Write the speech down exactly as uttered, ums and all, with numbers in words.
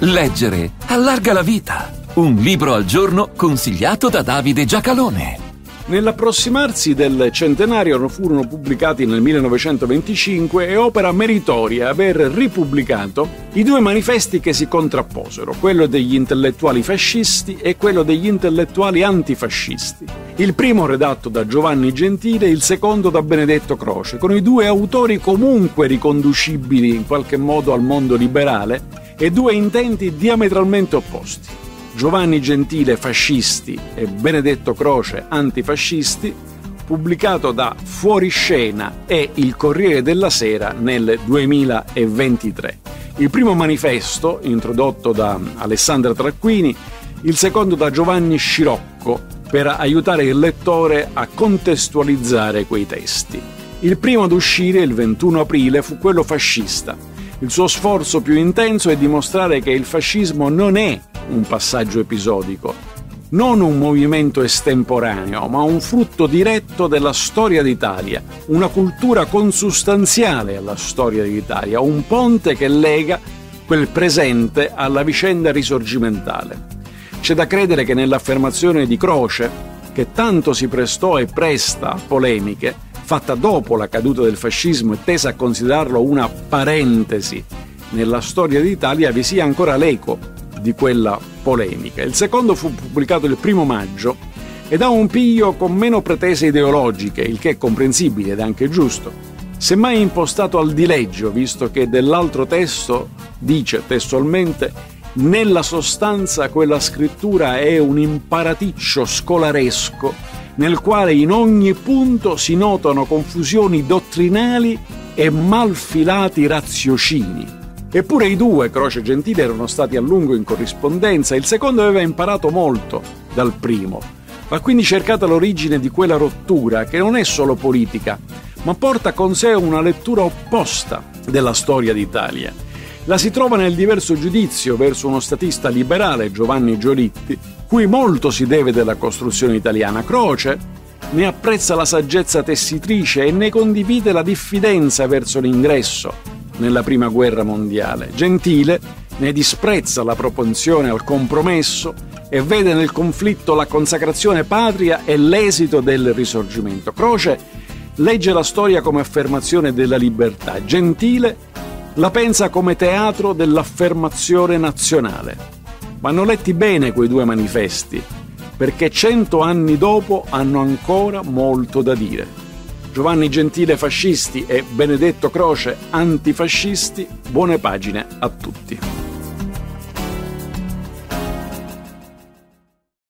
Leggere allarga la vita. Un libro al giorno consigliato da Davide Giacalone. Nell'approssimarsi del centenario furono pubblicati nel millenovecentoventicinque è opera meritoria aver ripubblicato i due manifesti che si contrapposero, quello degli intellettuali fascisti e quello degli intellettuali antifascisti. Il primo redatto da Giovanni Gentile, il secondo da Benedetto Croce, con i due autori comunque riconducibili in qualche modo al mondo liberale e due intenti diametralmente opposti. Giovanni Gentile fascisti e Benedetto Croce antifascisti, pubblicato da Fuoriscena e Il Corriere della Sera nel duemilaventitré. Il primo manifesto, introdotto da Alessandra Tracquini, il secondo da Giovanni Scirocco, per aiutare il lettore a contestualizzare quei testi. Il primo ad uscire, il ventuno aprile, fu quello fascista. Il suo sforzo più intenso è dimostrare che il fascismo non è un passaggio episodico, non un movimento estemporaneo, ma un frutto diretto della storia d'Italia, una cultura consustanziale alla storia d'Italia, un ponte che lega quel presente alla vicenda risorgimentale. C'è da credere che nell'affermazione di Croce, che tanto si prestò e presta a polemiche, fatta dopo la caduta del fascismo e tesa a considerarlo una parentesi nella storia d'Italia, vi sia ancora l'eco di quella polemica. Il secondo fu pubblicato il primo maggio ed ha un piglio con meno pretese ideologiche, il che è comprensibile ed anche giusto, semmai impostato al dileggio, visto che dell'altro testo dice testualmente: nella sostanza quella scrittura è un imparaticcio scolaresco nel quale in ogni punto si notano confusioni dottrinali e malfilati raziocini. Eppure i due, Croce e Gentile, erano stati a lungo in corrispondenza. Il secondo aveva imparato molto dal primo. Va quindi cercata l'origine di quella rottura, che non è solo politica, ma porta con sé una lettura opposta della storia d'Italia. La si trova nel diverso giudizio verso uno statista liberale, Giovanni Giolitti, cui molto si deve della costruzione italiana. Croce ne apprezza la saggezza tessitrice e ne condivide la diffidenza verso l'ingresso nella prima guerra mondiale. Gentile ne disprezza la propensione al compromesso e vede nel conflitto la consacrazione patria e l'esito del risorgimento. Croce legge la storia come affermazione della libertà. Gentile la pensa come teatro dell'affermazione nazionale. Vanno letti bene quei due manifesti, perché cento anni dopo hanno ancora molto da dire. Giovanni Gentile fascisti e Benedetto Croce antifascisti, buone pagine a tutti.